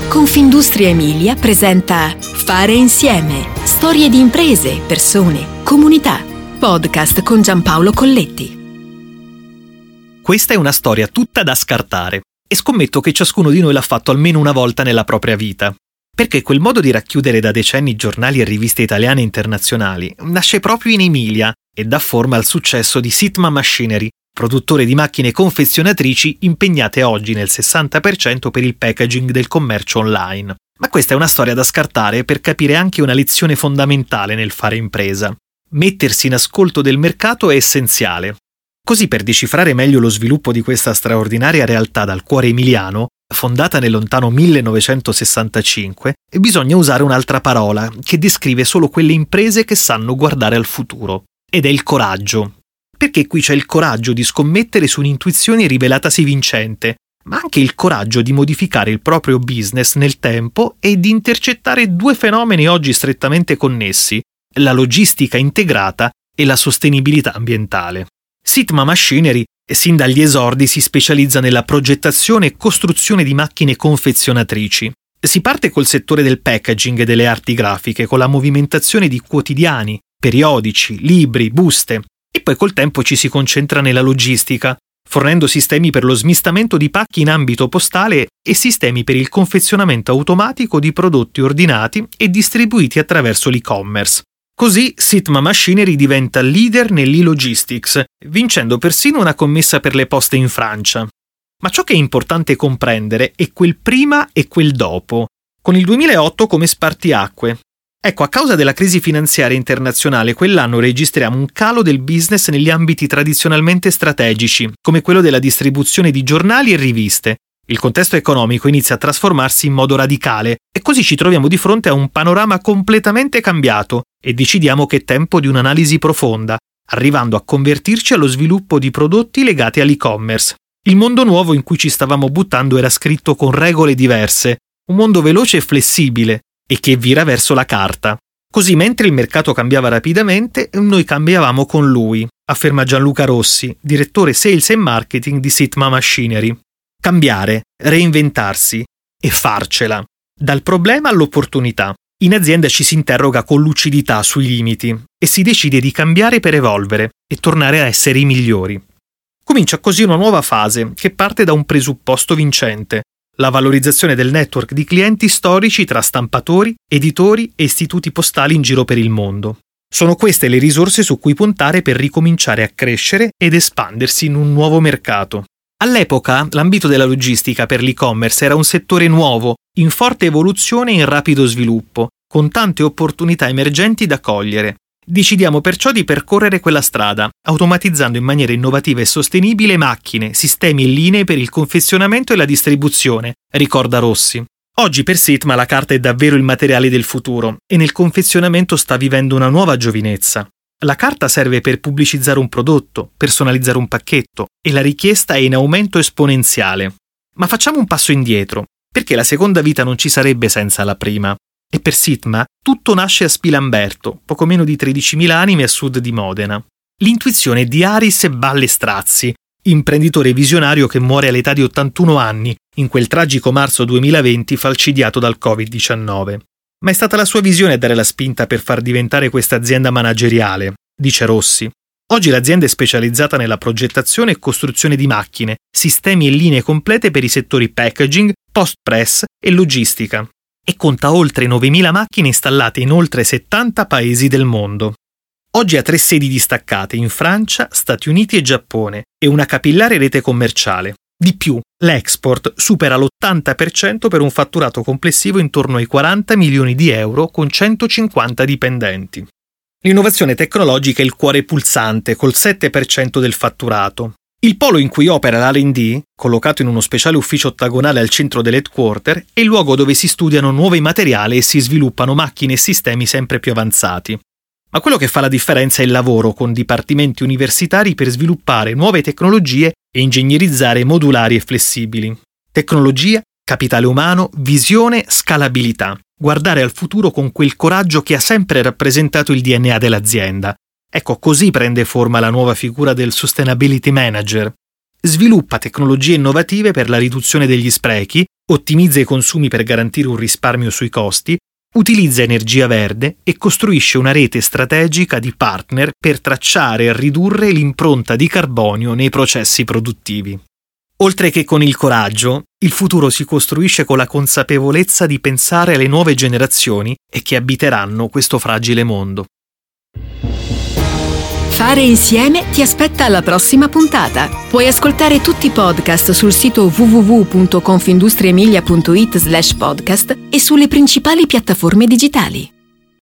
Confindustria Emilia presenta Fare insieme. Storie di imprese, persone, comunità. Podcast con Giampaolo Colletti. Questa è una storia tutta da scartare e scommetto che ciascuno di noi l'ha fatto almeno una volta nella propria vita. Perché quel modo di racchiudere da decenni giornali e riviste italiane e internazionali nasce proprio in Emilia e dà forma al successo di Sitma Machinery, produttore di macchine confezionatrici impegnate oggi nel 60% per il packaging del commercio online. Ma questa è una storia da scartare per capire anche una lezione fondamentale nel fare impresa. Mettersi in ascolto del mercato è essenziale. Così, per decifrare meglio lo sviluppo di questa straordinaria realtà dal cuore emiliano, fondata nel lontano 1965, bisogna usare un'altra parola che descrive solo quelle imprese che sanno guardare al futuro, ed è il coraggio. Perché qui c'è il coraggio di scommettere su un'intuizione rivelatasi vincente, ma anche il coraggio di modificare il proprio business nel tempo e di intercettare due fenomeni oggi strettamente connessi, la logistica integrata e la sostenibilità ambientale. Sitma Machinery, sin dagli esordi, si specializza nella progettazione e costruzione di macchine confezionatrici. Si parte col settore del packaging e delle arti grafiche, con la movimentazione di quotidiani, periodici, libri, buste, e poi col tempo ci si concentra nella logistica, fornendo sistemi per lo smistamento di pacchi in ambito postale e sistemi per il confezionamento automatico di prodotti ordinati e distribuiti attraverso l'e-commerce. Così Sitma Machinery diventa leader nell'e-logistics, vincendo persino una commessa per le poste in Francia. Ma ciò che è importante comprendere è quel prima e quel dopo, con il 2008 come spartiacque. Ecco, a causa della crisi finanziaria internazionale, quell'anno registriamo un calo del business negli ambiti tradizionalmente strategici, come quello della distribuzione di giornali e riviste. Il contesto economico inizia a trasformarsi in modo radicale e così ci troviamo di fronte a un panorama completamente cambiato e decidiamo che è tempo di un'analisi profonda, arrivando a convertirci allo sviluppo di prodotti legati all'e-commerce. Il mondo nuovo in cui ci stavamo buttando era scritto con regole diverse, un mondo veloce e flessibile, e che vira verso la carta. Così, mentre il mercato cambiava rapidamente, noi cambiavamo con lui, afferma Gianluca Rossi, direttore Sales e Marketing di Sitma Machinery. Cambiare, reinventarsi e farcela. Dal problema all'opportunità. In azienda ci si interroga con lucidità sui limiti e si decide di cambiare per evolvere e tornare a essere i migliori. Comincia così una nuova fase che parte da un presupposto vincente: la valorizzazione del network di clienti storici tra stampatori, editori e istituti postali in giro per il mondo. Sono queste le risorse su cui puntare per ricominciare a crescere ed espandersi in un nuovo mercato. All'epoca, l'ambito della logistica per l'e-commerce era un settore nuovo, in forte evoluzione e in rapido sviluppo, con tante opportunità emergenti da cogliere. Decidiamo perciò di percorrere quella strada, automatizzando in maniera innovativa e sostenibile macchine, sistemi e linee per il confezionamento e la distribuzione, ricorda Rossi. Oggi per Sitma la carta è davvero il materiale del futuro e nel confezionamento sta vivendo una nuova giovinezza. La carta serve per pubblicizzare un prodotto, personalizzare un pacchetto e la richiesta è in aumento esponenziale. Ma facciamo un passo indietro, perché la seconda vita non ci sarebbe senza la prima. E per Sitma tutto nasce a Spilamberto, poco meno di 13.000 anime a sud di Modena. L'intuizione di Aris Ballestrazzi, imprenditore visionario che muore all'età di 81 anni, in quel tragico marzo 2020 falcidiato dal Covid-19. Ma è stata la sua visione a dare la spinta per far diventare questa azienda manageriale, dice Rossi. Oggi l'azienda è specializzata nella progettazione e costruzione di macchine, sistemi e linee complete per i settori packaging, post-press e logistica. E conta oltre 9.000 macchine installate in oltre 70 paesi del mondo. Oggi ha 3 sedi distaccate in Francia, Stati Uniti e Giappone e una capillare rete commerciale. Di più, l'export supera l'80% per un fatturato complessivo intorno ai 40 milioni di euro con 150 dipendenti. L'innovazione tecnologica è il cuore pulsante col 7% del fatturato. Il polo in cui opera l'R&D, collocato in uno speciale ufficio ottagonale al centro dell'headquarter, è il luogo dove si studiano nuovi materiali e si sviluppano macchine e sistemi sempre più avanzati. Ma quello che fa la differenza è il lavoro con dipartimenti universitari per sviluppare nuove tecnologie e ingegnerizzare modulari e flessibili. Tecnologia, capitale umano, visione, scalabilità. Guardare al futuro con quel coraggio che ha sempre rappresentato il DNA dell'azienda. Ecco, così prende forma la nuova figura del Sustainability Manager. Sviluppa tecnologie innovative per la riduzione degli sprechi ottimizza i consumi per garantire un risparmio sui costi, utilizza energia verde e costruisce una rete strategica di partner per tracciare e ridurre l'impronta di carbonio nei processi produttivi. Oltre che con il coraggio, il futuro si costruisce con la consapevolezza di pensare alle nuove generazioni e che abiteranno questo fragile mondo. Fare insieme ti aspetta alla prossima puntata. Puoi ascoltare tutti i podcast sul sito www.confindustriemilia.it/podcast e sulle principali piattaforme digitali.